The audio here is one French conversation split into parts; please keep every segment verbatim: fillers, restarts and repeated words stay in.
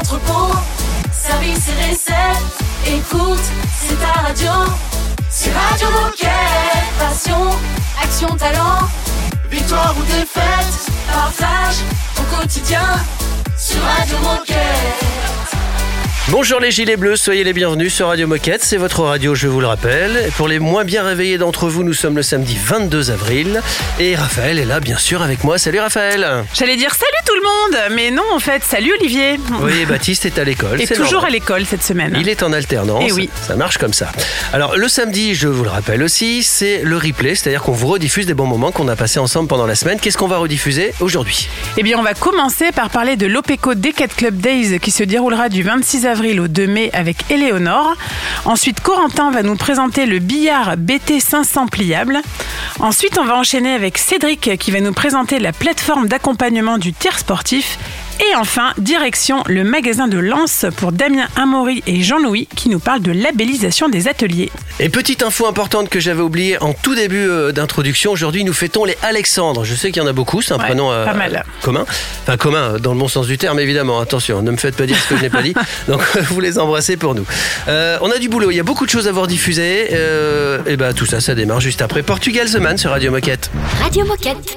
entrepôt, service et recettes. Écoute, c'est ta radio. C'est Radio Moquette. Passion, action, talent. Victoire ou défaite, partage au quotidien sur Radio Moquette. Bonjour les gilets bleus, soyez les bienvenus sur Radio Moquette, c'est votre radio, je vous le rappelle. Et pour les moins bien réveillés d'entre vous, nous sommes le samedi vingt-deux avril et Raphaël est là bien sûr avec moi. Salut Raphaël. J'allais dire salut tout le monde, mais non en fait, salut Olivier. Oui, Baptiste est à l'école. Et c'est toujours normal. À l'école cette semaine. Il est en alternance, et oui. Ça marche comme ça. Alors le samedi, je vous le rappelle aussi, c'est le replay, c'est-à-dire qu'on vous rediffuse des bons moments qu'on a passés ensemble pendant la semaine. Qu'est-ce qu'on va rediffuser aujourd'hui ? Eh bien on va commencer par parler de l'Opeco Decathlon Club Days qui se déroulera du vingt-six avril au deux mai avec Éléonore. Ensuite, Corentin va nous présenter le billard B T cinq cents pliable. Ensuite, on va enchaîner avec Cédric qui va nous présenter la plateforme d'accompagnement du tir sportif. Et enfin, direction le magasin de Lens pour Damien Amaury et Jean-Louis qui nous parlent de labellisation des ateliers. Et petite info importante que j'avais oubliée en tout début euh, d'introduction, aujourd'hui nous fêtons les Alexandres. Je sais qu'il y en a beaucoup, c'est un ouais, prénom euh, pas mal. commun. Enfin commun dans le bon sens du terme évidemment, attention, ne me faites pas dire ce que je n'ai pas dit. Donc vous les embrassez pour nous. Euh, on a du boulot, il y a beaucoup de choses à voir diffuser. Euh, et ben tout ça, ça démarre juste après Portugal The Man sur Radio Moquette. Radio Moquette.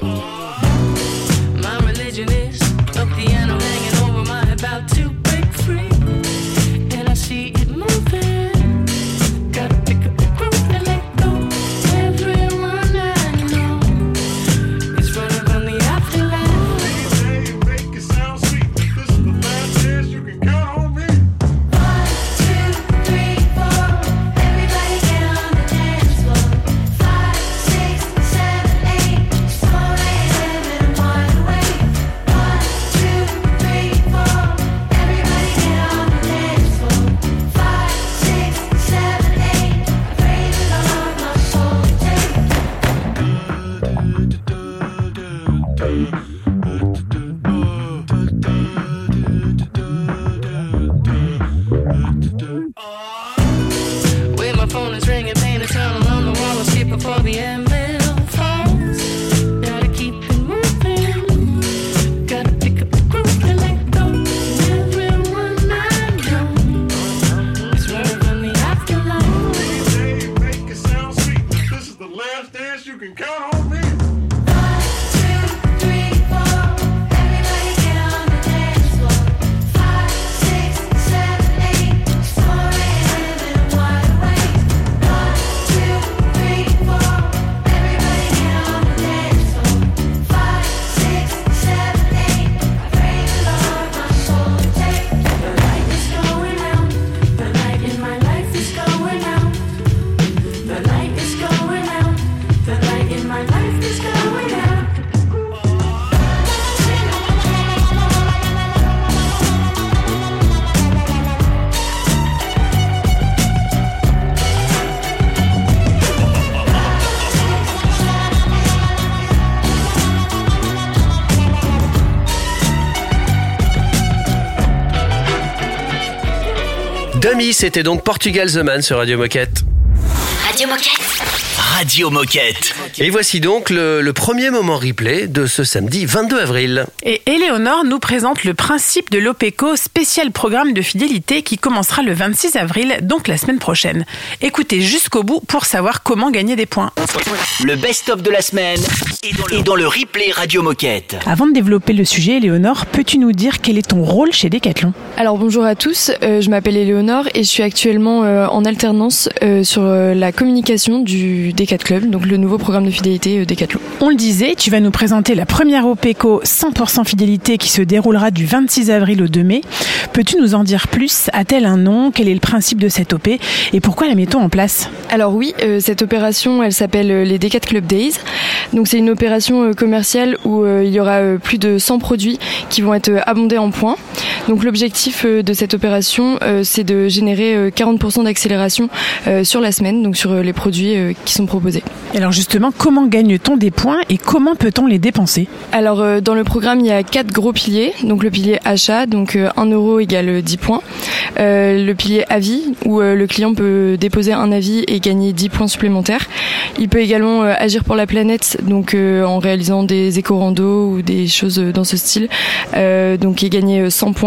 Dami, c'était donc Portugal The Man sur Radio Moquette. Radio Moquette. Radio Moquette. Et voici donc le, le premier moment replay de ce samedi vingt-deux avril. Et Éléonore nous présente le principe de l'Opeco spécial programme de fidélité qui commencera le vingt-six avril, donc la semaine prochaine. Écoutez jusqu'au bout pour savoir comment gagner des points. Le best-of de la semaine est dans le, est dans le replay Radio Moquette. Avant de développer le sujet, Éléonore, peux-tu nous dire quel est ton rôle chez Decathlon ? Alors bonjour à tous, euh, je m'appelle Éléonore et je suis actuellement euh, en alternance euh, sur euh, la communication du Decathlon Club, donc le nouveau programme de fidélité euh, Decathlon. On le disait, tu vas nous présenter la première Opeco cent pour cent fidélité qui se déroulera du vingt-six avril au deux mai. Peux-tu nous en dire plus ? A-t-elle un nom ? Quel est le principe de cette O P et pourquoi la mettons en place ? Alors oui, euh, cette opération, elle s'appelle euh, les Decathlon Club Days. Donc c'est une opération euh, commerciale où euh, il y aura euh, plus de cent produits qui vont être euh, abondés en points. Donc l'objectif euh, de cette opération, euh, c'est de générer euh, quarante pour cent d'accélération euh, sur la semaine, donc sur euh, les produits euh, qui sont proposés. Et alors justement, comment gagne-t-on des points et comment peut-on les dépenser ? Alors euh, dans le programme, il y a quatre gros piliers. Donc le pilier achat, donc euh, un euro égale dix points. Euh, le pilier avis, où euh, le client peut déposer un avis et gagner dix points supplémentaires. Il peut également euh, agir pour la planète, donc euh, en réalisant des éco-randos ou des choses dans ce style, euh, donc et gagner cent points.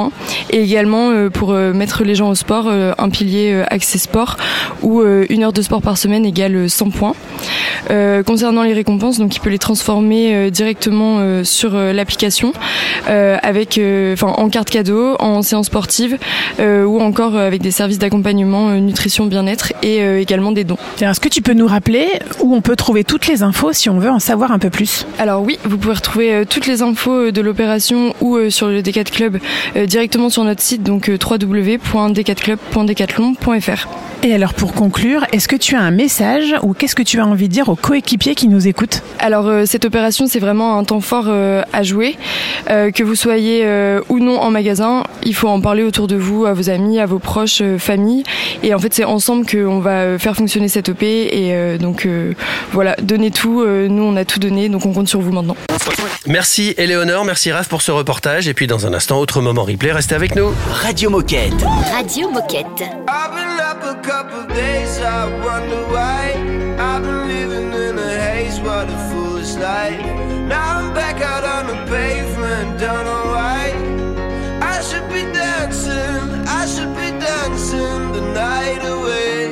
points. Et également euh, pour euh, mettre les gens au sport, euh, un pilier euh, accès sport où euh, une heure de sport par semaine égale cent points. Euh, concernant les récompenses, donc il peut les transformer euh, directement euh, sur euh, l'application euh, avec, euh, en carte cadeau, en séance sportive euh, ou encore euh, avec des services d'accompagnement, euh, nutrition, bien-être et euh, également des dons. Alors, est-ce que tu peux nous rappeler où on peut trouver toutes les infos si on veut en savoir un peu plus ? Alors oui, vous pouvez retrouver euh, toutes les infos de l'opération ou euh, sur le D quatre Club euh, directement sur notre site, donc euh, w w w point d quatre club point decathlon point f r. Et alors pour conclure, est-ce que tu as un message ou qu'est-ce que tu as envie de dire aux coéquipiers qui nous écoutent ? Alors euh, cette opération, c'est vraiment un temps fort euh, à jouer. Euh, que vous soyez euh, ou non en magasin, il faut en parler autour de vous, à vos amis, à vos proches, euh, famille. Et en fait, c'est ensemble qu'on va faire fonctionner cette O P. Et euh, donc euh, voilà, donnez tout. Euh, nous, on a tout donné, donc on compte sur vous maintenant. Merci Éléonore, merci Raph pour ce reportage. Et puis dans un instant, autre moment replay, restez avec nous. Radio Moquette. Radio Moquette. Couple days I wonder why I've been living in a haze, what a foolish life. Now I'm back out on the pavement, don't know why. I should be dancing, I should be dancing the night away.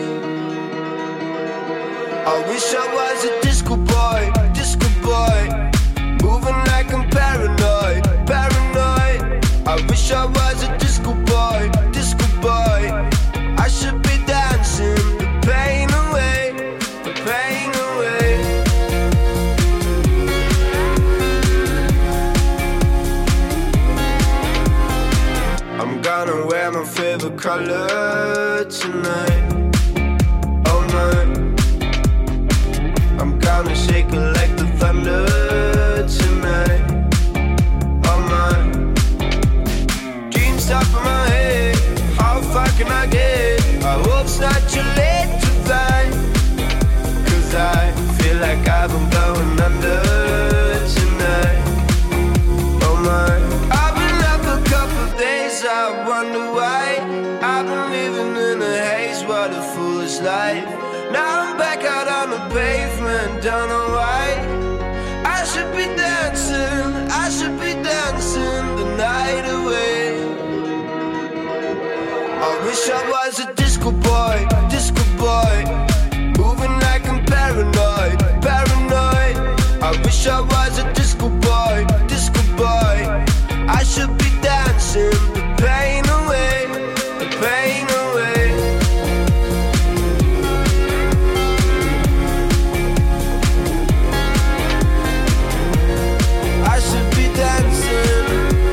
I wish I was a disco boy, disco boy, moving like I'm paranoid, paranoid. I wish I was a disco boy, disco boy. I should be dancing the pain away, the pain away. I'm gonna wear my favorite color tonight. Oh my, I'm gonna shake it like the thunder tonight. Oh my, dreams top of my head. How far can I get? I hope it's not too late to find. Cause I feel like I've been going under tonight. Oh my, I've been up a couple days, I wonder why. I've been living in a haze, what a foolish life. Now I'm back out on the pavement, don't know why. I should be dancing, I should be dancing the night away. I wish I was a disco boy, disco boy, moving like I'm paranoid, paranoid. I wish I was a disco boy, disco boy. I should be dancing the pain away, the pain away. I should be dancing,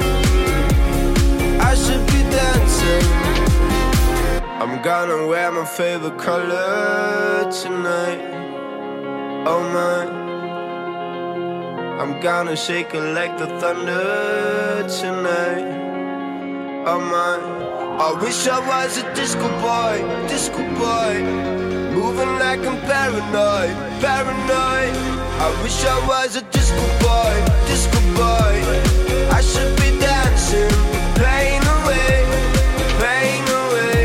I should be dancing. I'm gonna wear my favorite color tonight. Oh my, I'm gonna shake it like the thunder tonight. Oh my, I wish I was a disco boy, disco boy, moving like I'm paranoid, paranoid. I wish I was a disco boy, disco boy. I should be dancing the pain away, the pain away.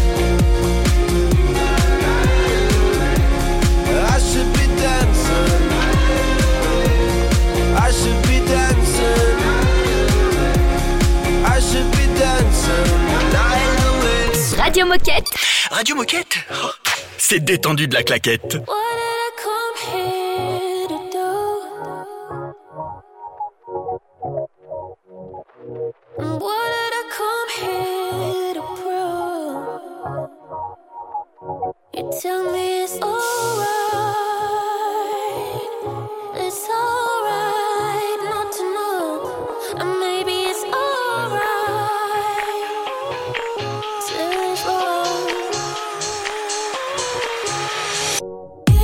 I should be dancing, I should be dancing, I should be dancing the night away. Radio Moquette. Radio Moquette, oh, c'est détendu de la claquette. Tell me it's alright, it's alright not to know, and maybe it's alright to fall.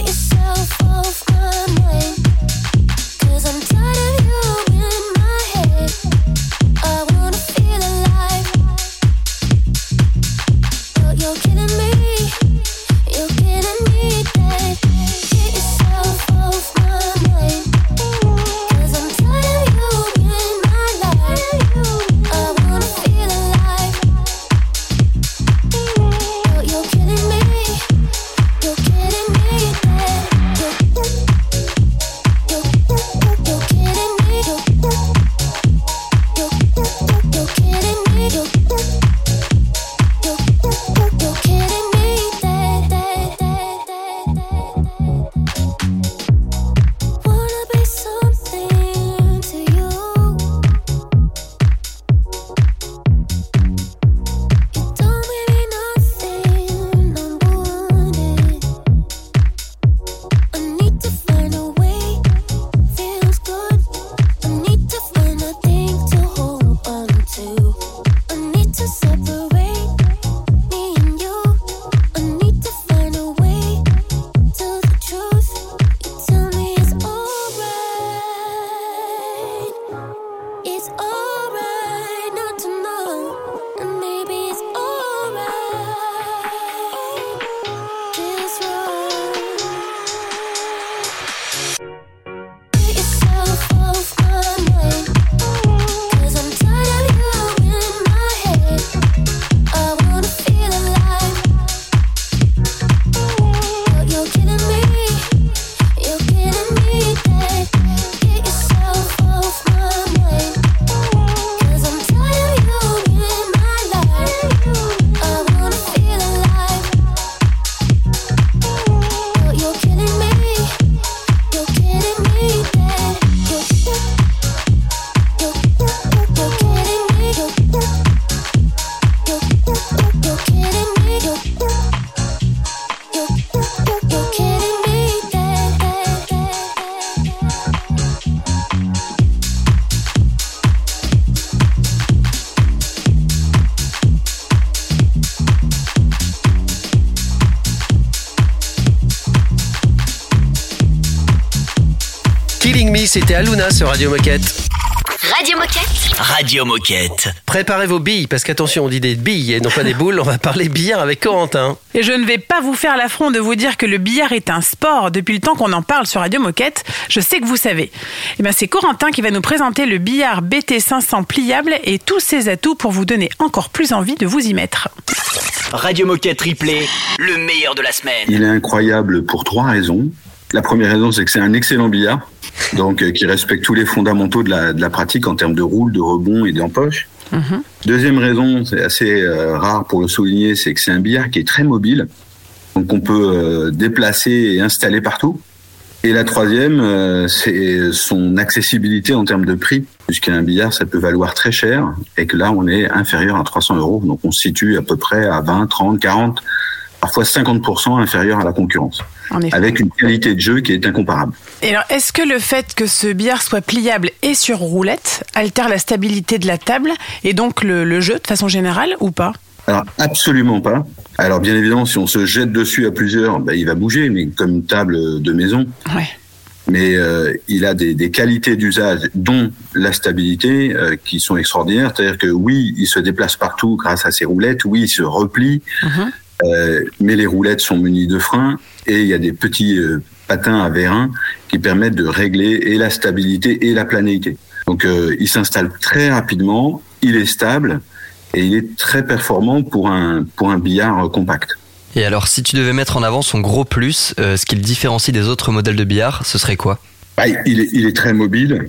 Killing Me, c'était Aluna sur Radio Moquette. Radio Moquette. Radio Moquette. Préparez vos billes, parce qu'attention, on dit des billes et non pas des boules. On va parler billard avec Corentin. Et je ne vais pas vous faire l'affront de vous dire que le billard est un sport depuis le temps qu'on en parle sur Radio Moquette. Je sais que vous savez. Et bien, c'est Corentin qui va nous présenter le billard B T cinq cents pliable et tous ses atouts pour vous donner encore plus envie de vous y mettre. Radio Moquette Replay, le meilleur de la semaine. Il est incroyable pour trois raisons. La première raison, c'est que c'est un excellent billard, donc euh, qui respecte tous les fondamentaux de la, de la pratique en termes de roule, de rebond et d'empoche. Mm-hmm. Deuxième raison, c'est assez euh, rare pour le souligner, c'est que c'est un billard qui est très mobile, donc on peut euh, déplacer et installer partout. Et la troisième, euh, c'est son accessibilité en termes de prix, puisqu'un billard, ça peut valoir très cher, et que là, on est inférieur à trois cents euros, donc on se situe à peu près à vingt, trente, quarante, parfois cinquante pour cent inférieur à la concurrence, avec une qualité de jeu qui est incomparable. Et alors, est-ce que le fait que ce billard soit pliable et sur roulette altère la stabilité de la table et donc le, le jeu de façon générale ou pas ? Alors, absolument pas. Alors, bien évidemment, si on se jette dessus à plusieurs, ben, il va bouger, mais comme une table de maison. Ouais. Mais euh, il a des, des qualités d'usage, dont la stabilité, euh, qui sont extraordinaires. C'est-à-dire que oui, il se déplace partout grâce à ses roulettes, oui, il se replie, uh-huh. euh, mais les roulettes sont munies de freins et il y a des petits euh, patins à vérin qui permettent de régler et la stabilité et la planéité. Donc, euh, il s'installe très rapidement, il est stable et il est très performant pour un, pour un billard compact. Et alors, si tu devais mettre en avant son gros plus, euh, ce qui le différencie des autres modèles de billard, ce serait quoi ? Ah, il, est, il est très mobile,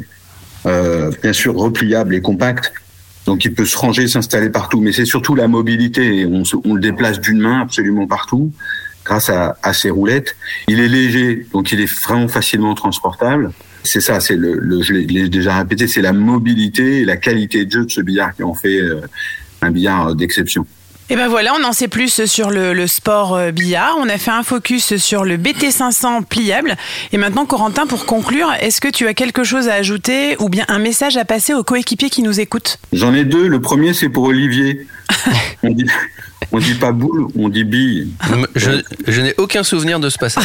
euh, bien sûr repliable et compact, donc il peut se ranger, s'installer partout, mais c'est surtout la mobilité, on, se, on le déplace d'une main absolument partout, grâce à, à ses roulettes. Il est léger, donc il est vraiment facilement transportable. C'est ça, c'est le, le je l'ai déjà répété, c'est la mobilité et la qualité de jeu de ce billard qui en fait euh, un billard d'exception. Et ben voilà, on en sait plus sur le, le sport billard. On a fait un focus sur le B T cinq cents pliable. Et maintenant, Corentin, pour conclure, est-ce que tu as quelque chose à ajouter ou bien un message à passer aux coéquipiers qui nous écoutent ? J'en ai deux. Le premier, c'est pour Olivier. on dit, on dit pas boule, on dit bille. Je, je n'ai aucun souvenir de ce passage.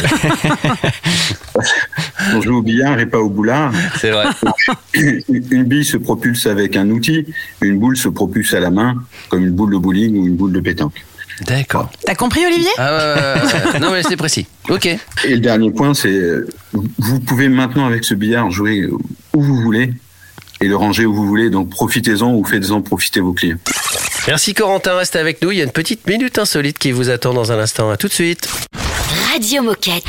On joue au billard et pas au boulard. C'est vrai. Une bille se propulse avec un outil, une boule se propulse à la main, comme une boule de bowling ou une boule de pétanque. D'accord. T'as compris, Olivier ? Ah ouais, ouais, non mais c'est précis. Ok. Et le dernier point, c'est vous pouvez maintenant avec ce billard jouer où vous voulez et le ranger où vous voulez. Donc profitez-en ou faites-en profiter vos clients. Merci Corentin, restez avec nous. Il y a une petite minute insolite qui vous attend dans un instant. À tout de suite. Radio Moquette.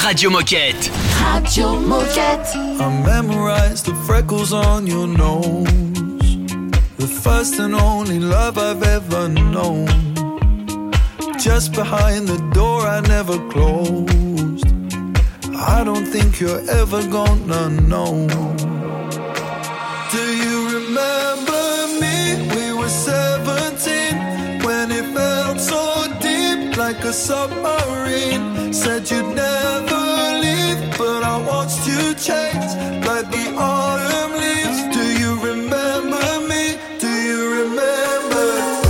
Radio Moquette. Radio Moquette. I memorized the freckles on your nose, the first and only love I've ever known. Just behind the door I never closed. I don't think you're ever gonna know. Do you remember me? We were seventeen when it felt so deep, like a submarine. Said you'd never leave, but I watched you change like the autumn leaves. Do you remember me? Do you remember?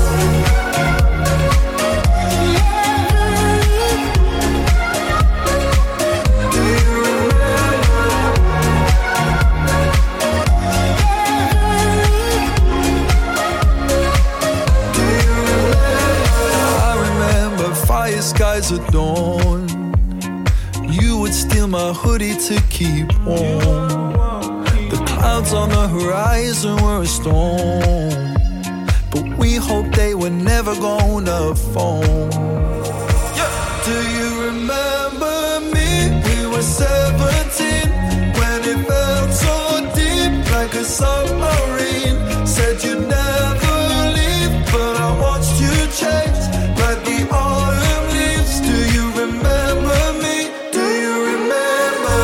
Do you remember? Do you remember? I remember fire skies at dawn. You would steal my hoodie to keep warm. The clouds on the horizon were a storm, but we hoped they were never gonna fall. Do you remember me? We were seventeen when it felt so deep, like a submarine. Said you'd never leave, but I watched you change like the autumn leaves. Do you remember me? Do you remember?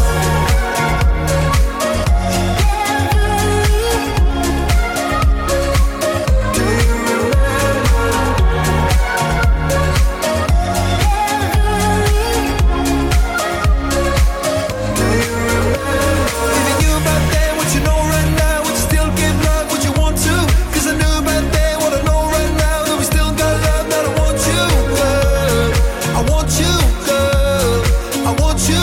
Do you remember? Do you remember? Even you back then, what you know right now, would you still give love, would you want to? Cause I knew back then what I know right now, that we still got love, that I want you, girl. I want you, girl. I want you,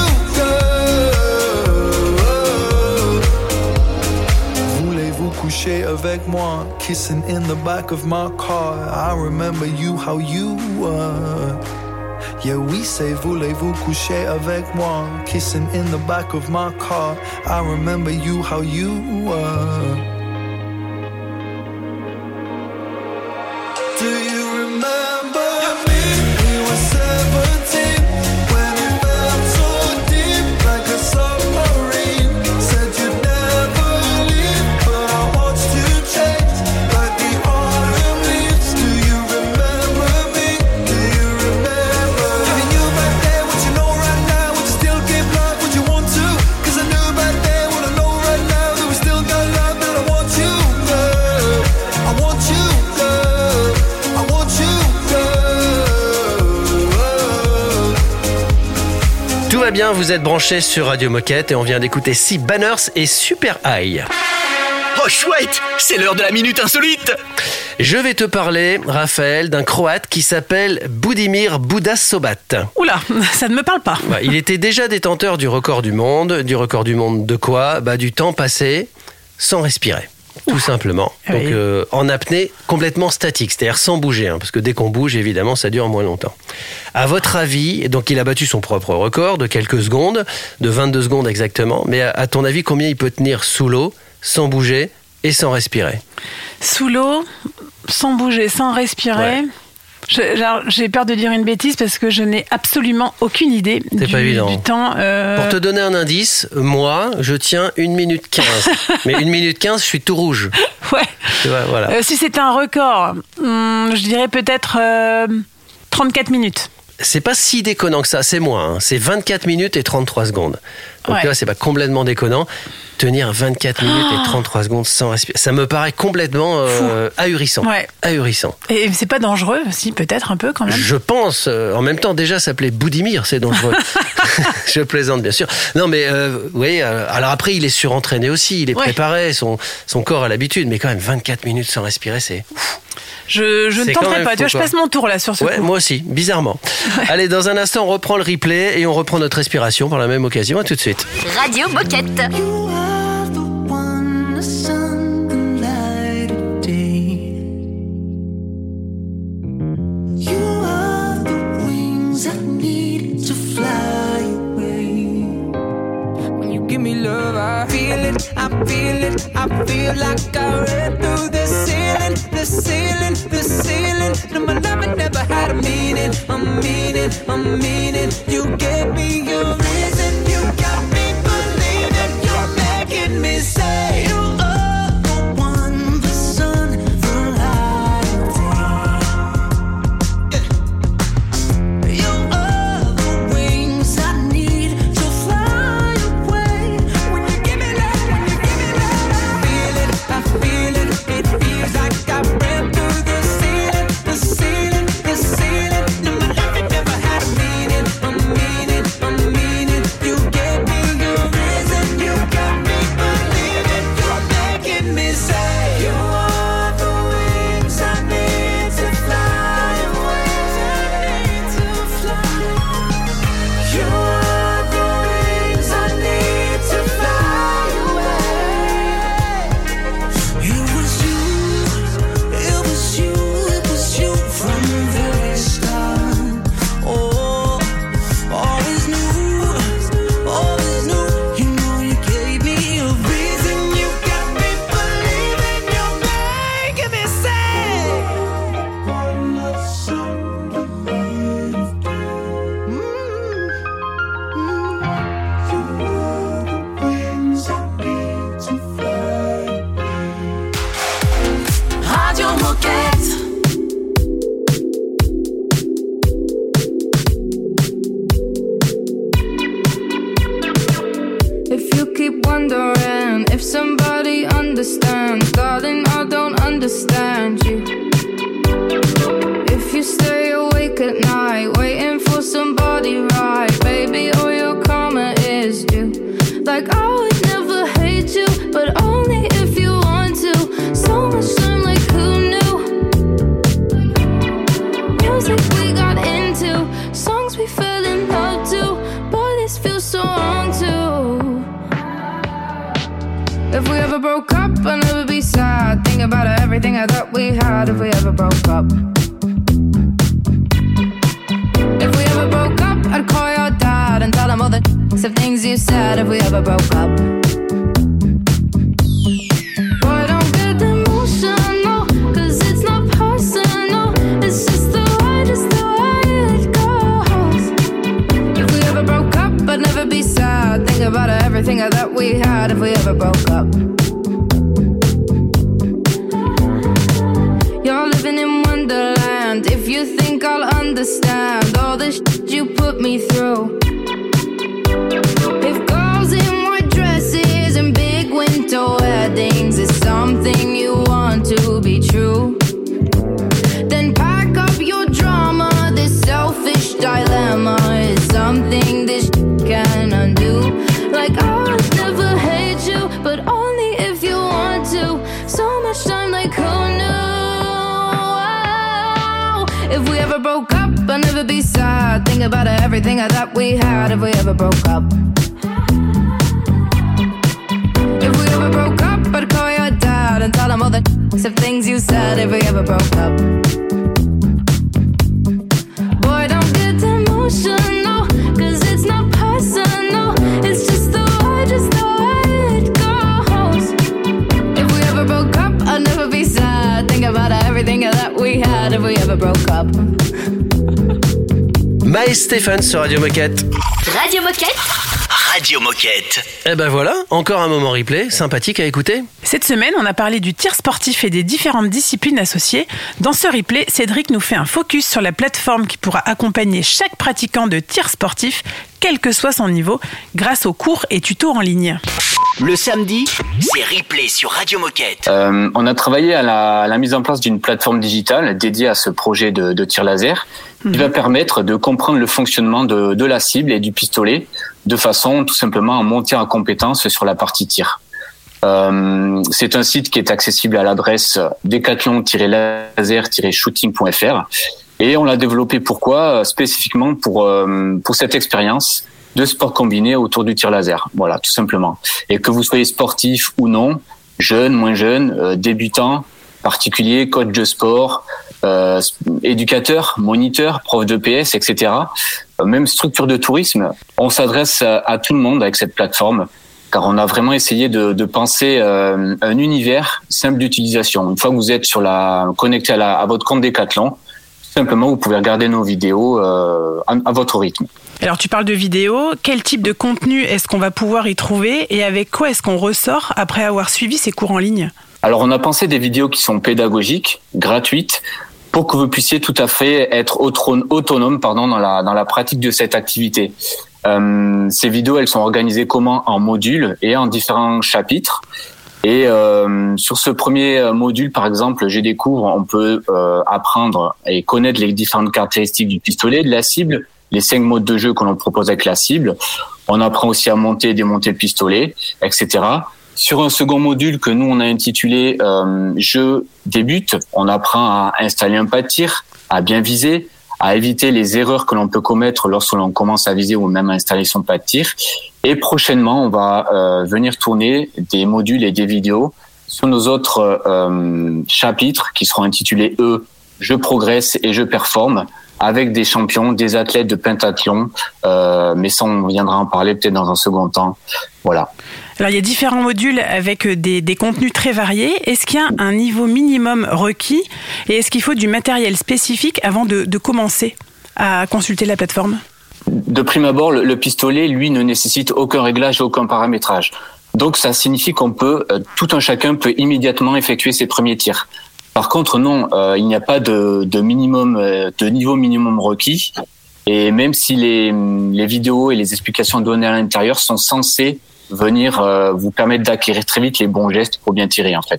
girl. Voulez-vous coucher avec moi? Kissing in the back of my car. I remember you, how you were. Yeah, we say voulez-vous coucher avec moi? Kissing in the back of my car. I remember you, how you were. Do you remember me? We were seventeen when it felt so deep, like a submarine. Said you'd never leave, but I watched you change like the autumn leaves. Do you remember me? Do you remember? Even you back then, what you know right now, would you still give love, would you want to? Cause I knew back then what I know right now, that we still got love, that I want you, girl. I want you, girl. I want you, girl. Tout va bien, vous êtes branchés sur Radio Moquette et on vient d'écouter Sea Banners et Super High. Oh chouette, c'est l'heure de la minute insolite. Je vais te parler, Raphaël, d'un Croate qui s'appelle Budimir Budasobat. Oula, ça ne me parle pas. Bah, il était déjà détenteur du record du monde. Du record du monde de quoi? Bah, du temps passé sans respirer. Tout simplement. Ah Donc oui. euh, en apnée complètement statique, c'est-à-dire sans bouger, hein, parce que dès qu'on bouge, évidemment, ça dure moins longtemps. À votre avis, donc il a battu son propre record de quelques secondes, de vingt-deux secondes exactement, mais à, à ton avis, combien il peut tenir sous l'eau, sans bouger et sans respirer? Sous l'eau, sans bouger, sans respirer. Ouais. Je- genre, j'ai peur de dire une bêtise parce que je n'ai absolument aucune idée C'est du, pas évident. du temps. euh, Pour te donner un indice, moi, je tiens une minute quinze. Mais une minute quinze, je suis tout rouge. Ouais. Tu vois, voilà. Euh, si c'était un record, hum, je dirais peut-être euh, trente-quatre minutes. C'est pas si déconnant que ça, c'est moins. Hein. C'est vingt-quatre minutes et trente-trois secondes. Donc Ouais. là, c'est pas complètement déconnant. Tenir vingt-quatre minutes et trente-trois secondes sans respirer, ça me paraît complètement euh, ahurissant. Ouais. Ahurissant. Et c'est pas dangereux, si, peut-être un peu quand même. Je pense, euh, en même temps, déjà s'appelait Budimir, c'est dangereux. Je plaisante, bien sûr. Non, mais euh, oui, euh, alors après, il est surentraîné aussi, il est Ouais. préparé, son, son corps a l'habitude, mais quand même, vingt-quatre minutes sans respirer, c'est... Je, je ne C'est quand tenterai même pas. fou, Tu vois, je quoi. passe mon tour là sur ce Ouais, coup. moi aussi, bizarrement. Allez, dans un instant, on reprend le replay et on reprend notre respiration par la même occasion. À tout de suite. Radio Moquette. You are the one the sun can light a day. You are the wings I need to fly away. When you give me love, I feel it, I feel it, I feel like I read through the ceiling, the ceiling, the ceiling. No, my love never had a meaning, a meaning, a meaning. You gave me your understand you. If you stay awake at night, waiting for somebody right, baby, all your karma is due. Like I would never hate you, but only if you want to. So much time, like who knew? Music we got into, songs we fell in love to. Boy, this feels so wrong too. If we ever broke up, I'd never be sad. Think about everything I thought we had. If we ever broke up, if we ever broke up, I'd call your dad and tell him all the of things you said. If we ever broke up, boy, don't get emotional, cause it's not personal. It's just the way, just the way it goes. If we ever broke up, I'd never be sad. Think about everything I thought we had. If we ever broke up, you're living in Wonderland. If you think I'll understand all the shit you put me through. If girls in white dresses and big winter weddings is something you want to be true, then pack up your drama. This selfish dilemma is something this can undo. Like I would never hate you, but only if you want to. So much time, like who knew? If we ever broke up, I'd never be sad. Think about everything I thought we had. If we ever broke up, if we ever broke up, I'd call your dad and tell him all the of things you said. If we ever broke up, boy, don't get emotional, cause it's not personal. It's just the way, just the way it goes. If we ever broke up, I'd never be sad. Think about everything that we had. If we ever broke up. Maël Stéphane sur Radio Moquette. Radio Moquette. Radio Moquette. Et ben voilà, encore un moment replay, sympathique à écouter. Cette semaine, on a parlé du tir sportif et des différentes disciplines associées. Dans ce replay, Cédric nous fait un focus sur la plateforme qui pourra accompagner chaque pratiquant de tir sportif, quel que soit son niveau, grâce aux cours et tutos en ligne. Le samedi, c'est replay sur Radio Moquette. Euh, on a travaillé à la, à la mise en place d'une plateforme digitale dédiée à ce projet de, de tir laser qui mmh. va permettre de comprendre le fonctionnement de, de la cible et du pistolet de façon tout simplement à monter en compétence sur la partie tir. Euh, c'est un site qui est accessible à l'adresse decathlon tiret laser tiret shooting point f r et on l'a développé pourquoi spécifiquement pour euh, pour cette expérience de sport combiné autour du tir laser. Voilà, tout simplement. Et que vous soyez sportif ou non, jeune, moins jeune, euh, débutant, particulier, coach de sport, euh, éducateur, moniteur, prof de P S, et cetera. Euh, même structure de tourisme, on s'adresse à, à tout le monde avec cette plateforme, car on a vraiment essayé de, de penser euh, un univers simple d'utilisation. Une fois que vous êtes sur la connecté à, la, à votre compte Decathlon, tout simplement, vous pouvez regarder nos vidéos euh, à, à votre rythme. Alors tu parles de vidéos, quel type de contenu est-ce qu'on va pouvoir y trouver et avec quoi est-ce qu'on ressort après avoir suivi ces cours en ligne ? Alors on a pensé des vidéos qui sont pédagogiques, gratuites, pour que vous puissiez tout à fait être autonome pardon, dans la, dans la pratique de cette activité. Euh, ces vidéos, elles sont organisées comment ? En modules et en différents chapitres. Et euh, sur ce premier module, par exemple, J'ai des cours, on peut euh, apprendre et connaître les différentes caractéristiques du pistolet, de la cible, les cinq modes de jeu que l'on propose avec la cible. On apprend aussi à monter et démonter le pistolet, et cetera. Sur un second module que nous, on a intitulé euh, « Je débute », on apprend à installer un pas de tir, à bien viser, à éviter les erreurs que l'on peut commettre lorsque l'on commence à viser ou même à installer son pas de tir. Et prochainement, on va euh, venir tourner des modules et des vidéos sur nos autres euh, chapitres qui seront intitulés « Eux, je progresse et je performe », avec des champions, des athlètes de pentathlon, euh, mais ça on viendra en parler peut-être dans un second temps. Voilà. Alors il y a différents modules avec des, des contenus très variés. Est-ce qu'il y a un niveau minimum requis et est-ce qu'il faut du matériel spécifique avant de, de commencer à consulter la plateforme ? De prime abord, le, le pistolet, lui, ne nécessite aucun réglage, aucun paramétrage. Donc ça signifie qu'on peut, euh, tout un chacun peut immédiatement effectuer ses premiers tirs. Par contre, non, euh, il n'y a pas de, de minimum, de niveau minimum requis. Et même si les, les vidéos et les explications données à l'intérieur sont censées venir euh, vous permettre d'acquérir très vite les bons gestes pour bien tirer, en fait.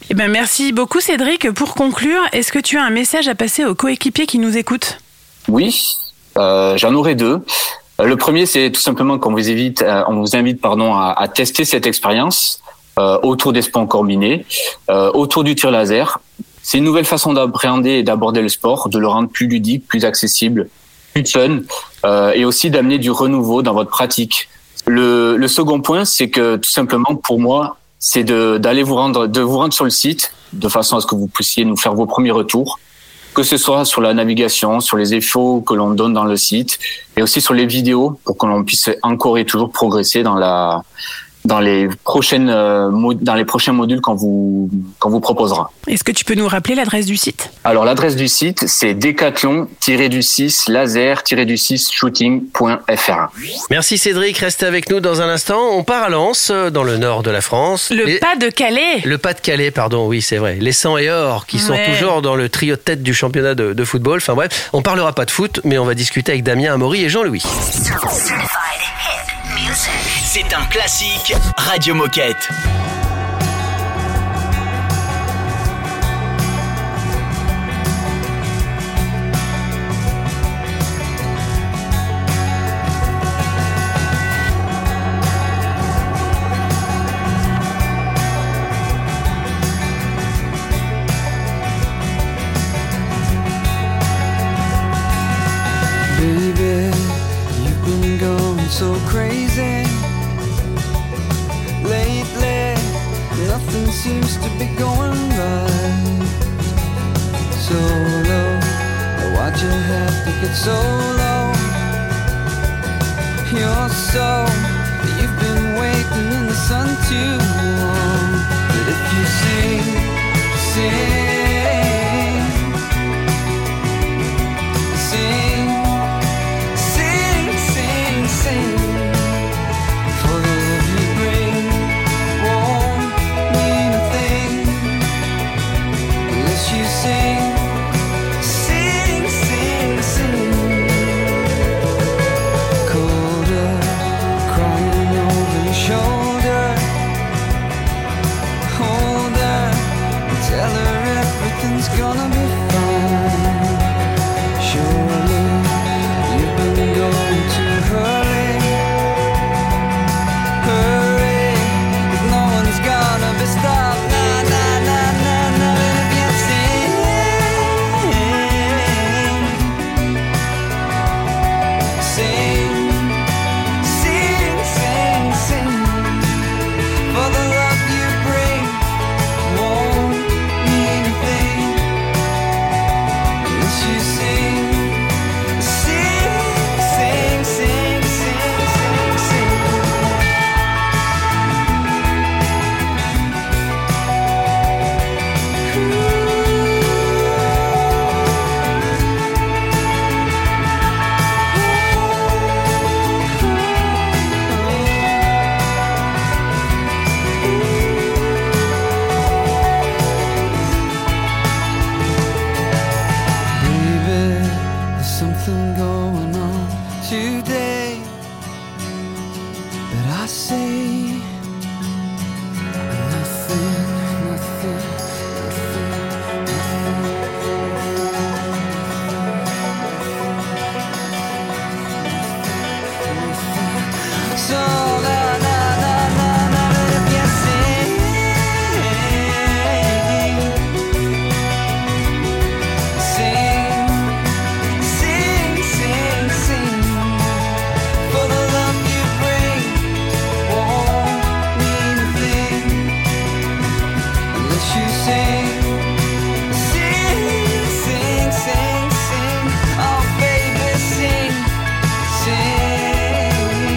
Eh ben, merci beaucoup Cédric. Pour conclure, est-ce que tu as un message à passer aux coéquipiers qui nous écoutent ? Oui, euh, j'en aurai deux. Le premier, c'est tout simplement qu'on vous invite, euh, on vous invite pardon, à, à tester cette expérience euh, autour des sports combinés, euh, autour du tir laser. C'est une nouvelle façon d'appréhender et d'aborder le sport, de le rendre plus ludique, plus accessible, plus fun, euh, et aussi d'amener du renouveau dans votre pratique. Le, le second point, c'est que tout simplement, pour moi, c'est de, d'aller vous rendre, de vous rendre sur le site, de façon à ce que vous puissiez nous faire vos premiers retours, que ce soit sur la navigation, sur les infos que l'on donne dans le site, et aussi sur les vidéos, pour que l'on puisse encore et toujours progresser dans la, dans les prochaines, euh, dans les prochains modules qu'on vous, qu'on vous proposera. Est-ce que tu peux nous rappeler l'adresse du site ? Alors, l'adresse du site, c'est décathlon du six laser du six shooting point f r. Merci Cédric, restez avec nous dans un instant. On part à Lens, dans le nord de la France. Le Les... Pas-de-Calais. Le Pas-de-Calais, pardon, oui, c'est vrai. Les cent et or qui sont ouais. toujours dans le trio de tête du championnat de, de football. Enfin bref, on parlera pas de foot, mais on va discuter avec Damien Amaury et Jean-Louis. C'est un classique Radio Moquette. Baby, you've been going so crazy lately. Nothing seems to be going right. So low, why'd you have to get so low? You're so, you've been waiting in the sun too long. But if you sing, sing, sing, sing, sing, sing. For the love you bring won't mean a thing unless you sing, sing, sing, sing. Colder, crying over your shoulder. Hold her and tell her everything's gonna be fine. Surely you've been going too early. Hurry, if no one's gonna be stopped. Nah, nah, nah, nah, nah. And if you sing, sing, sing, sing, sing. For the love you bring won't mean a thing unless you sing, sing, sing, sing, sing, sing, sing. Baby, there's something going on today, but I say nothing, nothing, nothing. So na na na na na, if you sing, sing, sing, sing, sing. For the love you bring won't mean a thing unless you sing, sing, sing, sing, sing. Oh baby, sing, sing,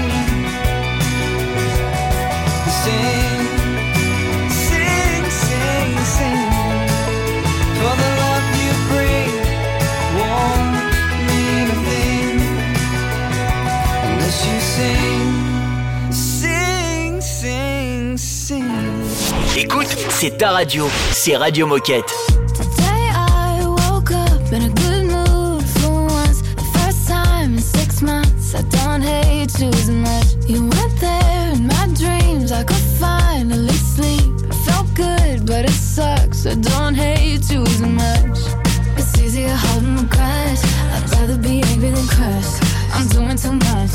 sing, sing, sing, sing. For the love you bring won't mean a thing unless you sing, sing, sing, sing. Écoute, c'est ta radio, c'est Radio Moquette. Today I woke up in a good mood for once. The first time in six months. I don't hate choosing much. You weren't there in my dreams. I could finally sleep. It felt good, but it's sucks. I don't hate too much. It's easier holding my grudge. I'd rather be angry than crushed. I'm doing too much.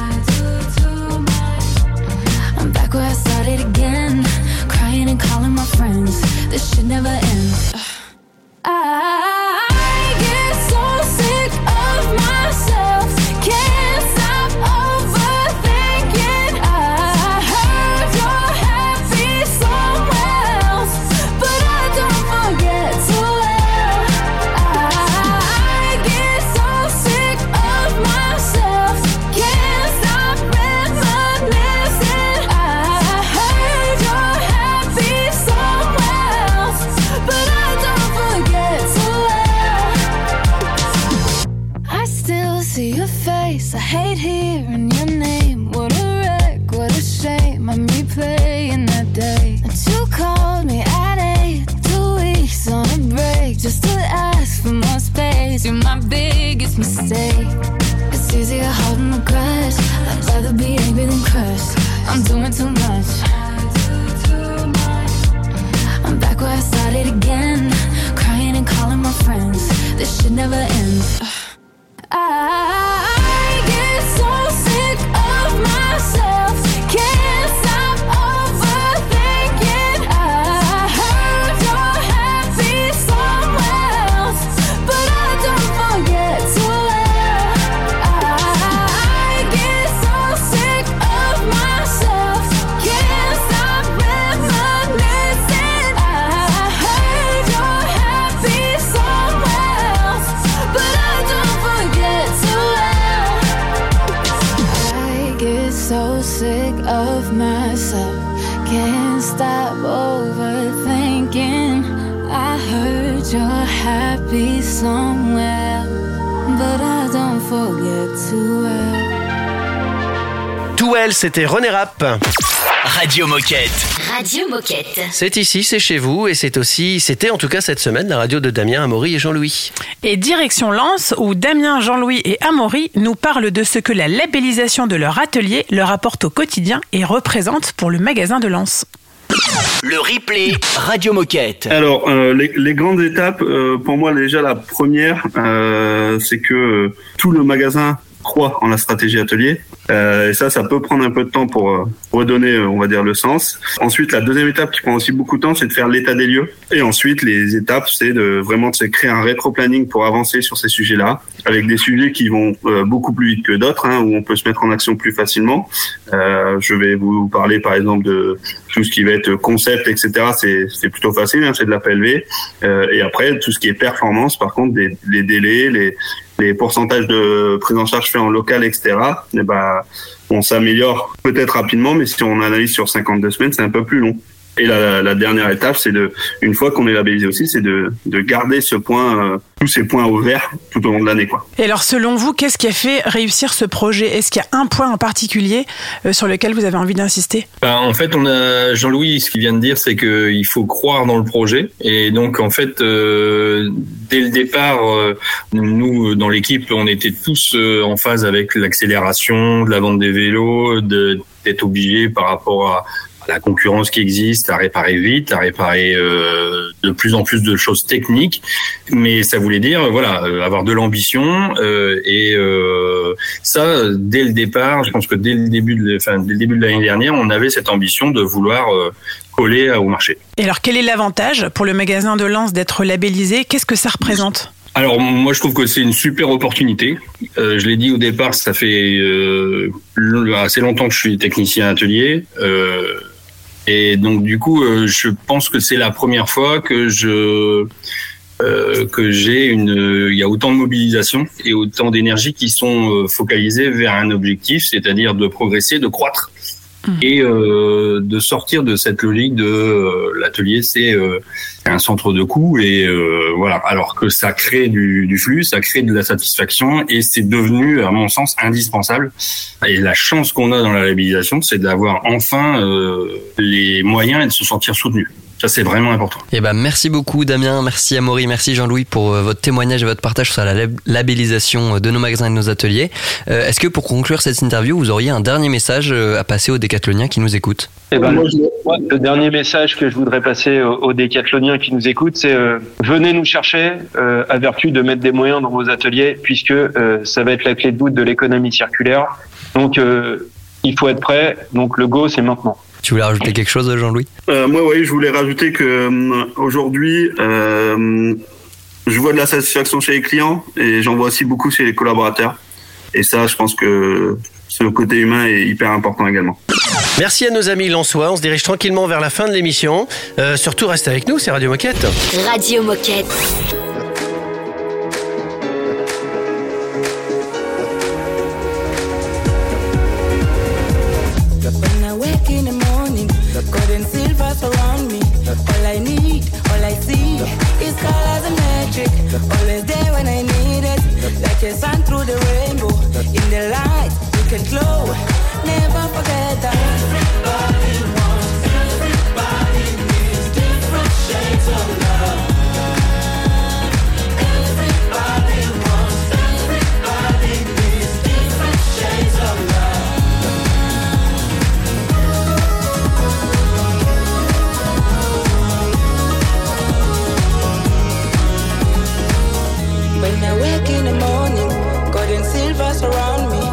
I'm back where I started again, crying and calling my friends. This shit never ends. I, I get so sick of myself. Can't stop overthinking. I heard you're happy somewhere else, but I don't forget too well. I get so sick of myself. Can't stop reminiscing. I heard you're happy somewhere else, but I don't forget too well. I still see your face. I hate hearing your name. What a wreck, what a shame. I'm replaying that day that you called me at eight, two weeks on a break, just to ask for more space. You're my biggest mistake. It's easier holding a grudge. I'd rather be angry than crushed. I'm doing too much. I'm back where I started again, crying and calling my friends. This shit never ends. I, I get so sick of myself. Can't stop overthinking. I heard you're happy somewhere else, but I don't forget too well. I get so sick of myself. Can't stop reminiscing. I heard you're happy somewhere else, but I don't forget too well. I get so sick of myself. Can't stop overthinking. I heard you're happy somewhere, but I don't forget too well. Too Well, c'était René Rapp. Radio Moquette. Radio Moquette. C'est ici, c'est chez vous, et c'est aussi, c'était en tout cas cette semaine, la radio de Damien, Amaury et Jean-Louis. Et direction Lens, où Damien, Jean-Louis et Amaury nous parlent de ce que la labellisation de leur atelier leur apporte au quotidien et représente pour le magasin de Lens. Le replay Radio Moquette. Alors, euh, les, les grandes étapes, euh, pour moi déjà la première, euh, c'est que euh, tout le magasin croit en la stratégie atelier. Euh, et ça, ça peut prendre un peu de temps pour euh, redonner, euh, on va dire, le sens. Ensuite, la deuxième étape qui prend aussi beaucoup de temps, c'est de faire l'état des lieux. Et ensuite, les étapes, c'est de vraiment de se créer un rétro-planning pour avancer sur ces sujets-là, avec des sujets qui vont euh, beaucoup plus vite que d'autres, hein, où on peut se mettre en action plus facilement. Euh, je vais vous parler, par exemple, de tout ce qui va être concept, et cetera. C'est, c'est plutôt facile, hein, c'est de la P L V. Euh, et après, tout ce qui est performance, par contre, des, les délais, les les pourcentages de prise en charge faits en local, et cetera, et ben, on s'améliore peut-être rapidement, mais si on analyse sur cinquante-deux semaines, c'est un peu plus long. Et la, la dernière étape, c'est de, une fois qu'on est labellisé aussi, c'est de, de garder ce point, euh, tous ces points au vert tout au long de l'année, quoi. Et alors, selon vous, qu'est-ce qui a fait réussir ce projet ? Est-ce qu'il y a un point en particulier euh, sur lequel vous avez envie d'insister ? Ben, en fait, on a Jean-Louis, ce qu'il vient de dire, c'est qu'il faut croire dans le projet. Et donc, en fait, euh, dès le départ, euh, nous, dans l'équipe, on était tous euh, en phase avec l'accélération de la vente des vélos, de, d'être obligés par rapport à la concurrence qui existe, à réparer vite, à réparer euh, de plus en plus de choses techniques, mais ça voulait dire voilà euh, avoir de l'ambition euh, et euh, ça dès le départ. Je pense que dès le début de, enfin dès le début de l'année dernière, on avait cette ambition de vouloir euh, coller au marché. Et alors, quel est l'avantage pour le magasin de Lens d'être labellisé ? Qu'est-ce que ça représente ? Alors moi je trouve que c'est une super opportunité. Euh, je l'ai dit au départ, ça fait euh, assez longtemps que je suis technicien atelier. Euh, Et donc du coup, euh, je pense que c'est la première fois que je euh, que j'ai une, il y a autant de mobilisation et autant d'énergie qui sont euh, focalisées vers un objectif, c'est-à-dire de progresser, de croître mmh. et euh, de sortir de cette logique de euh, l'atelier, c'est euh, un centre de coût et euh, voilà. Alors que ça crée du, du flux, ça crée de la satisfaction et c'est devenu, à mon sens, indispensable. Et la chance qu'on a dans la labellisation, c'est d'avoir enfin euh, les moyens et de se sentir soutenu. Ça, c'est vraiment important. Et ben, merci beaucoup, Damien. Merci, Amaury. Merci, Jean-Louis, pour euh, votre témoignage et votre partage sur la lab- labellisation de nos magasins et de nos ateliers. Euh, est-ce que pour conclure cette interview, vous auriez un dernier message euh, à passer aux décathloniens qui nous écoutent? Eh ben, moi, le dernier message que je voudrais passer aux, aux décathloniens qui nous écoutent, c'est euh, venez nous chercher euh, à vertu de mettre des moyens dans vos ateliers, puisque euh, ça va être la clé de voûte de l'économie circulaire. Donc, euh, il faut être prêt. Donc, le go, c'est maintenant. Tu voulais rajouter quelque chose, Jean-Louis? euh, Moi, oui, je voulais rajouter que euh, aujourd'hui, euh, je vois de la satisfaction chez les clients et j'en vois aussi beaucoup chez les collaborateurs. Et ça, je pense que ce côté humain est hyper important également. Merci à nos amis lensois. On se dirige tranquillement vers la fin de l'émission. Euh, surtout, reste avec nous, c'est Radio Moquette. Radio Moquette. When I wake in the morning, gold and silver surround me. All I need, all I see is colors and magic. Always there when I need it, like a sun through the rainbow. In the light, you can glow. Never forget that. Everybody wants, everybody needs different shades of love. Everybody wants, everybody needs different shades of love. When I wake in the morning, gold and silver surround me.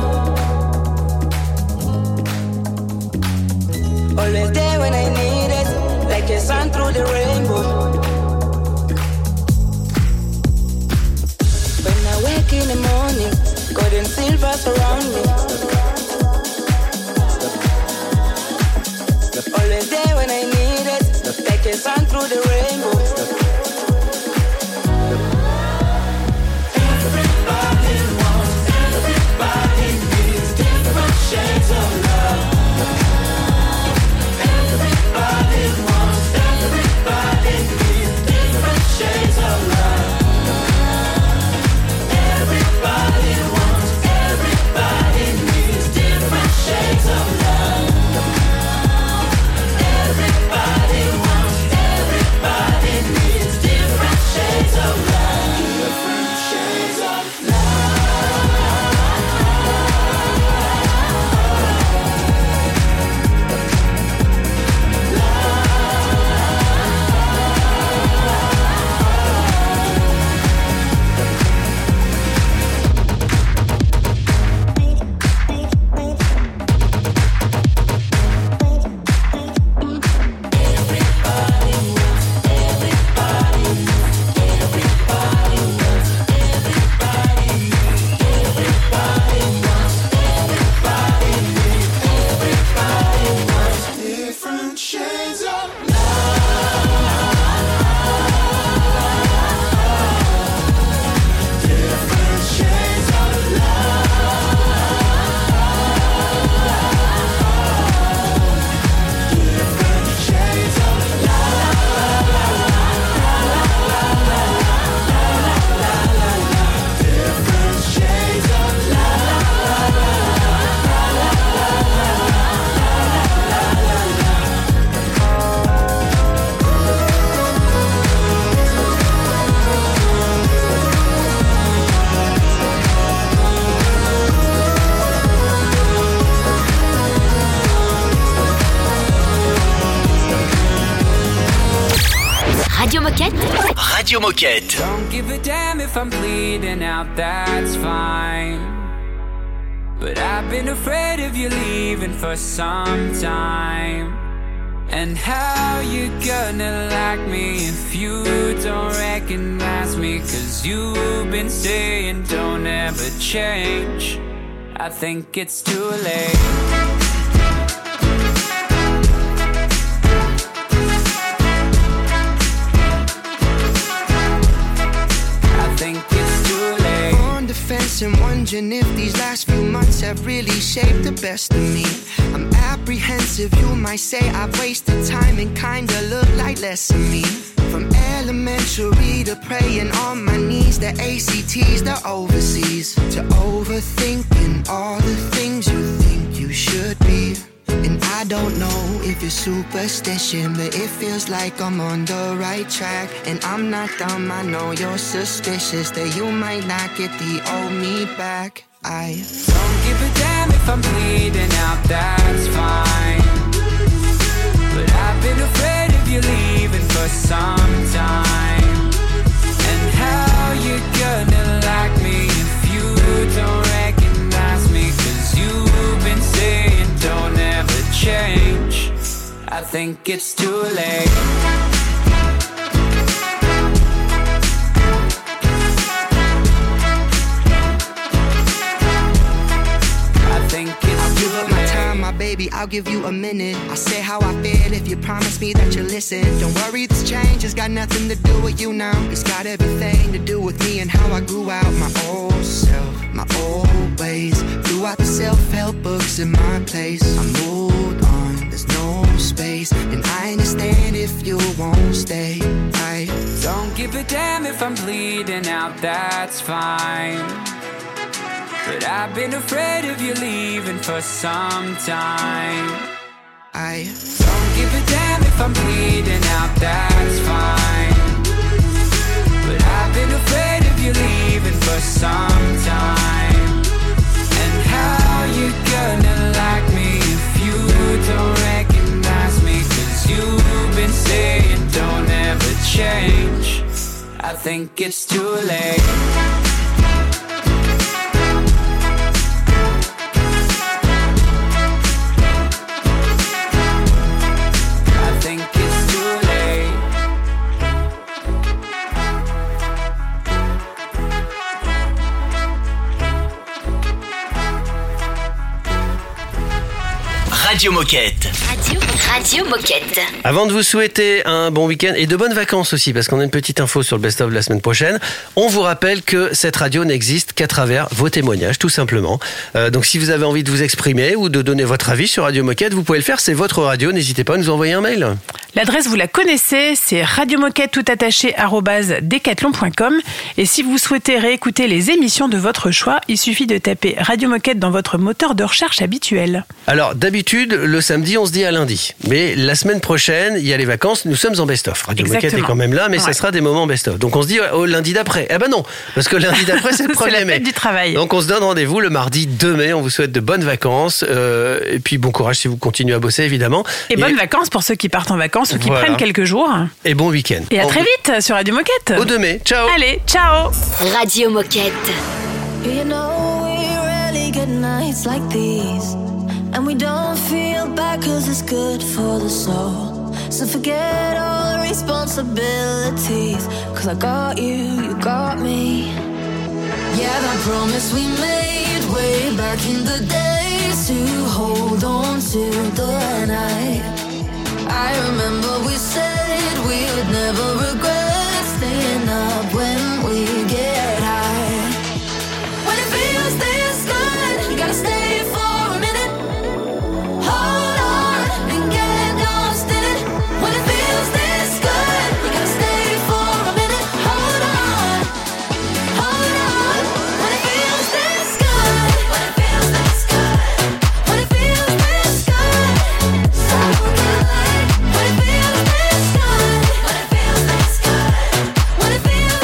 Always there when I need it, like a sun through the rainbow. When I wake in the morning, gold and silver surround me. Always there when I need it, like a sun through the rainbow. Everybody wants, everybody needs different shades of love. Everybody wants, everybody needs different shades of love. Everybody wants, everybody needs different shades of love. Everybody wants, everybody needs different shades of love. Different shades of love. Different shades of love. Different shades of love. Different shades of love. Different shades of Radio Moquette. Radio Moquette. Don't give a damn if I'm bleeding out, that's fine. But I've been afraid of you leaving for some time. And how you gonna like me if you don't recognize me? Cause you've been saying don't ever change. I think it's too late. On the fence and wondering if these last few months have really shaped the best of me. I'm apprehensive, you might say I've wasted time and kinda look like less of me. From elementary to praying on my knees, the A C Ts, the overseas, to overthinking all the things you think you should be. And I I don't know if it's superstition, but it feels like I'm on the right track. And I'm not dumb, I know you're suspicious that you might not get the old me back. I don't give a damn if I'm bleeding out, that's fine. But I've been afraid of you leaving for some time. And how you gonna like me if you don't recognize me? Cause you've been saying don't ever change. I think it's too late. Baby, I'll give you a minute. I'll say how I feel if you promise me that you'll listen. Don't worry, this change has got nothing to do with you now. It's got everything to do with me and how I grew out my old self, my old ways. Threw out the self-help books in my place. I moved on, there's no space. And I understand if you won't stay. I don't give a damn if I'm bleeding out, that's fine. But I've been afraid of you leaving for some time. I don't give a damn if I'm bleeding out, that's fine. But I've been afraid of you leaving for some time. And how you gonna like me if you don't recognize me? Cause you've been saying don't ever change. I think it's too late. Radio Moquette. Radio, Radio Moquette. Avant de vous souhaiter un bon week-end et de bonnes vacances aussi, parce qu'on a une petite info sur le best-of de la semaine prochaine, on vous rappelle que cette radio n'existe qu'à travers vos témoignages, tout simplement. Euh, donc si vous avez envie de vous exprimer ou de donner votre avis sur Radio Moquette, vous pouvez le faire, c'est votre radio, n'hésitez pas à nous envoyer un mail. L'adresse, vous la connaissez, c'est radiomoquette tout attaché arobase decathlon point com. Et si vous souhaitez réécouter les émissions de votre choix, il suffit de taper Radio Moquette dans votre moteur de recherche habituel. Alors, d'habitude, le samedi, on se dit à lundi. Mais la semaine prochaine, il y a les vacances, nous sommes en best-of. Radio Moquette est quand même là, mais ouais. Ça sera des moments best-of. Donc on se dit au lundi d'après. Eh ben non, parce que lundi d'après, c'est le premier mai. C'est la fête du travail. Donc on se donne rendez-vous le mardi deux mai. On vous souhaite de bonnes vacances. Euh, et puis bon courage si vous continuez à bosser, évidemment. Et, et bonnes vacances pour ceux qui partent en vacances ou qui voilà. prennent quelques jours. Et bon week-end. Et à on... très vite sur Radio Moquette. Au deux mai. Ciao. Allez, ciao. Radio Moquette. You know we rarely get nights like these. And we don't feel bad cause it's good for the soul. So forget all the responsibilities. Cause I got you, you got me. Yeah, that promise we made way back in the days to hold on to the night. I remember we said we would never regret staying up when we get high. When it feels this good, you gotta stay for When it feels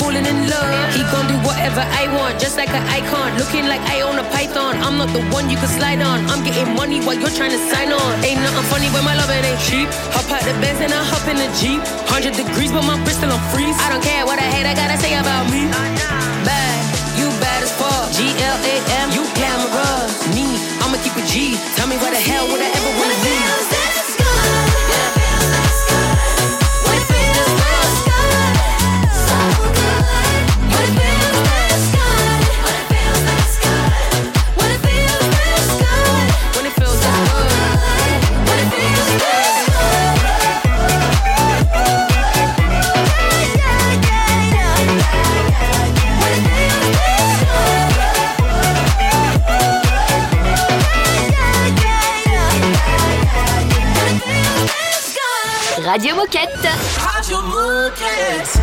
falling in love. He gon' do whatever I want, just like an icon. Looking like I own a python. I'm not the one you can slide on. I'm getting money while you're trying to sign on. Ain't nothing funny when my loving ain't cheap. Hop out the Benz and I hop in the Jeep. Hundred degrees, but my wrist still on freeze. I don't care what I hate, I gotta say about me. Bad, you bad as fuck. G L A M, you glamorous. Me, I'ma keep it G. Tell me where the hell would I ever wanna be? Radio Moquette. Radio Moquette.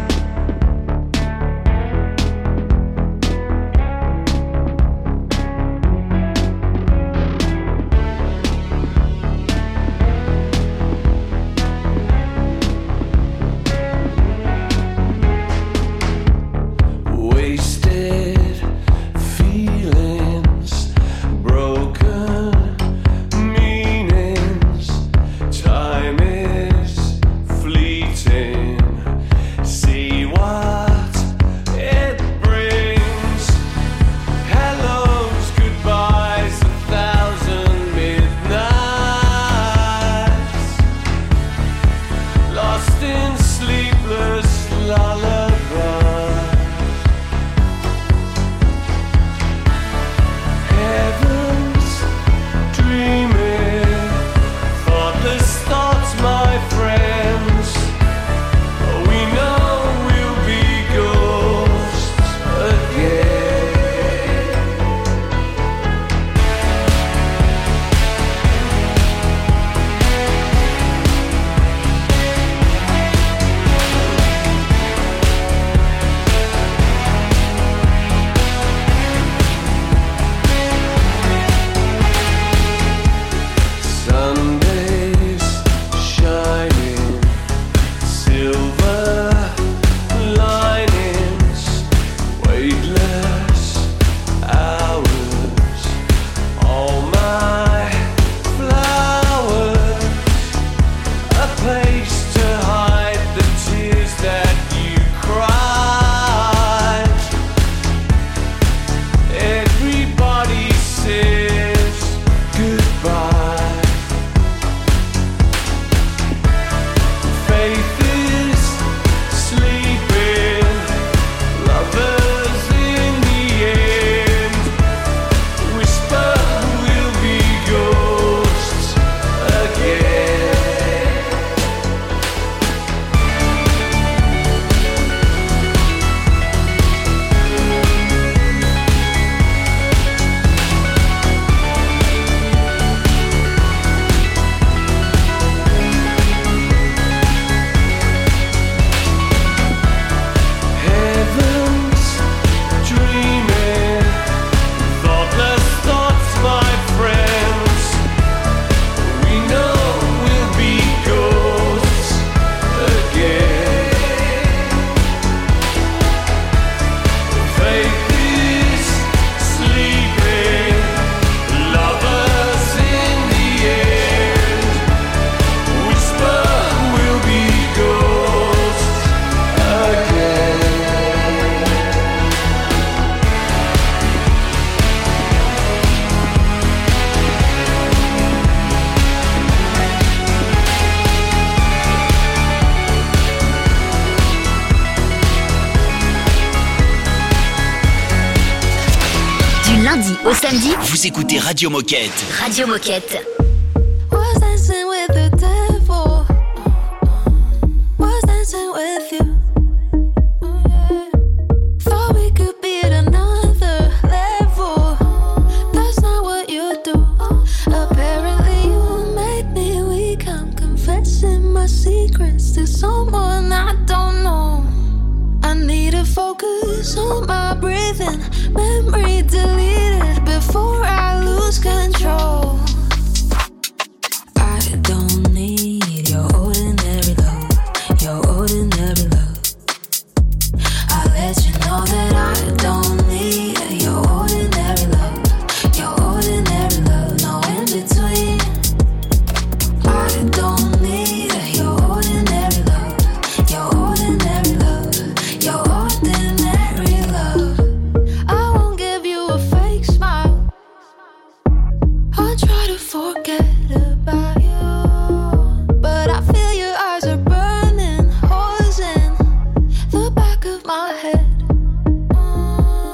Au samedi, vous écoutez Radio Moquette. Radio Moquette. Was dancing with the devil. Was dancing with you. Thought we could be at another level. That's not what you do. Apparently you make me weak. I'm confessing my secrets to someone I don't know. I need to focus on my breathing. Memory deleted before I lose control. I don't need your ordinary love, your ordinary love. I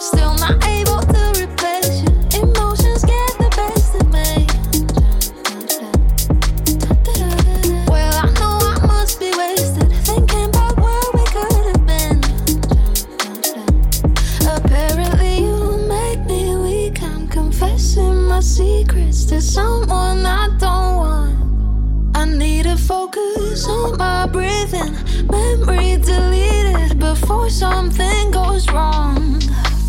still not able to replace you. Emotions get the best of me. Well, I know I must be wasted thinking about where we could have been. Apparently you make me weak. I'm confessing my secrets to someone I don't want. I need to focus on my breathing. Memory deleted before something goes wrong.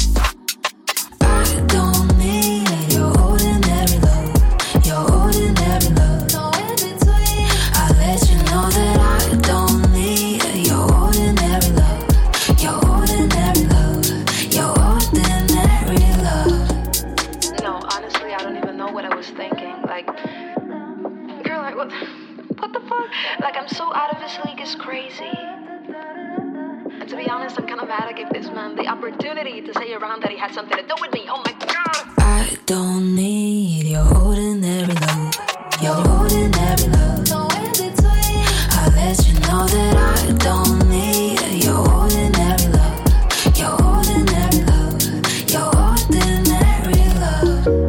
I don't need your ordinary love, your ordinary love. No in between. I let you know that I don't need your ordinary love, your ordinary love, your ordinary love. No, honestly, I don't even know what I was thinking. Like, girl, like what? What the fuck? Like, I'm so out of this league, it's crazy. And to be honest, I'm kind of mad I gave this man the opportunity to say around that he had something to do with me. Oh my god! I don't need your ordinary love, your ordinary love. No in between. I let you know that I don't need your ordinary love, your ordinary love, your ordinary love.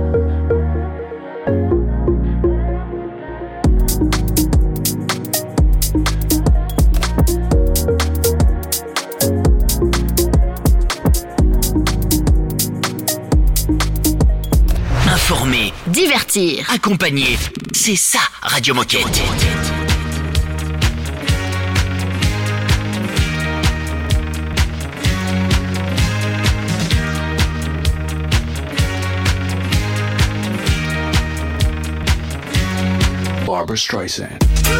Informer, Divertir. accompagner, c'est ça Radio Moquette. Barbra Streisand.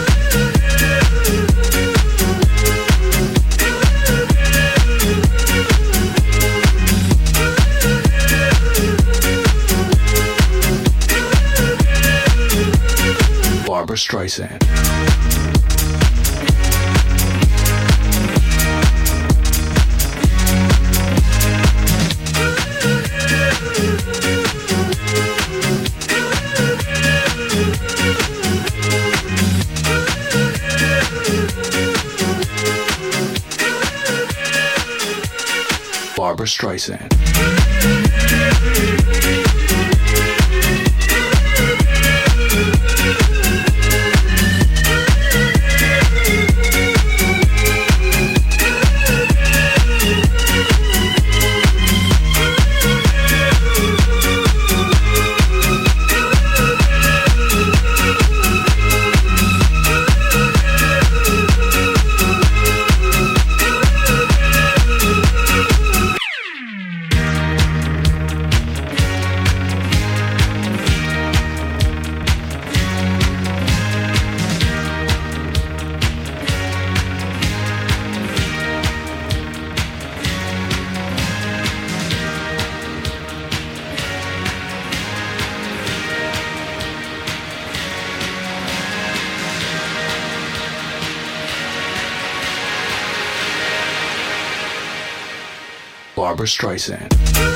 Barbra Streisand. Barbra Streisand. Barbra Streisand.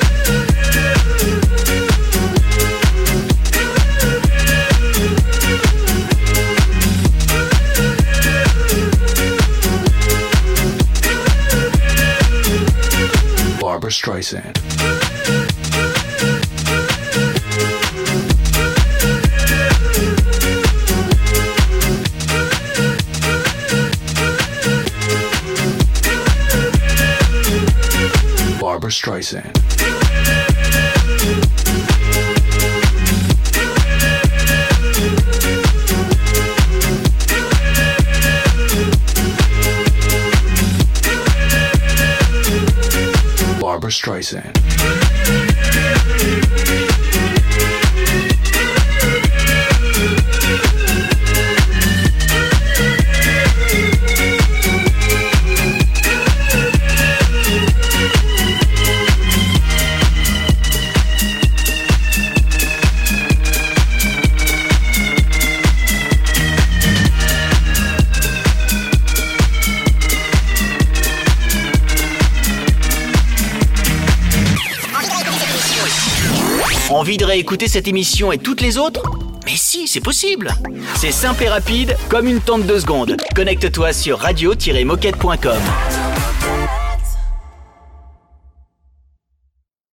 Barbra Streisand. Barbra Streisand. Barbra Streisand. Envie de réécouter cette émission et toutes les autres? Mais si, c'est possible. C'est simple et rapide, comme une tente de secondes. Connecte-toi sur radio tiret moquette point com.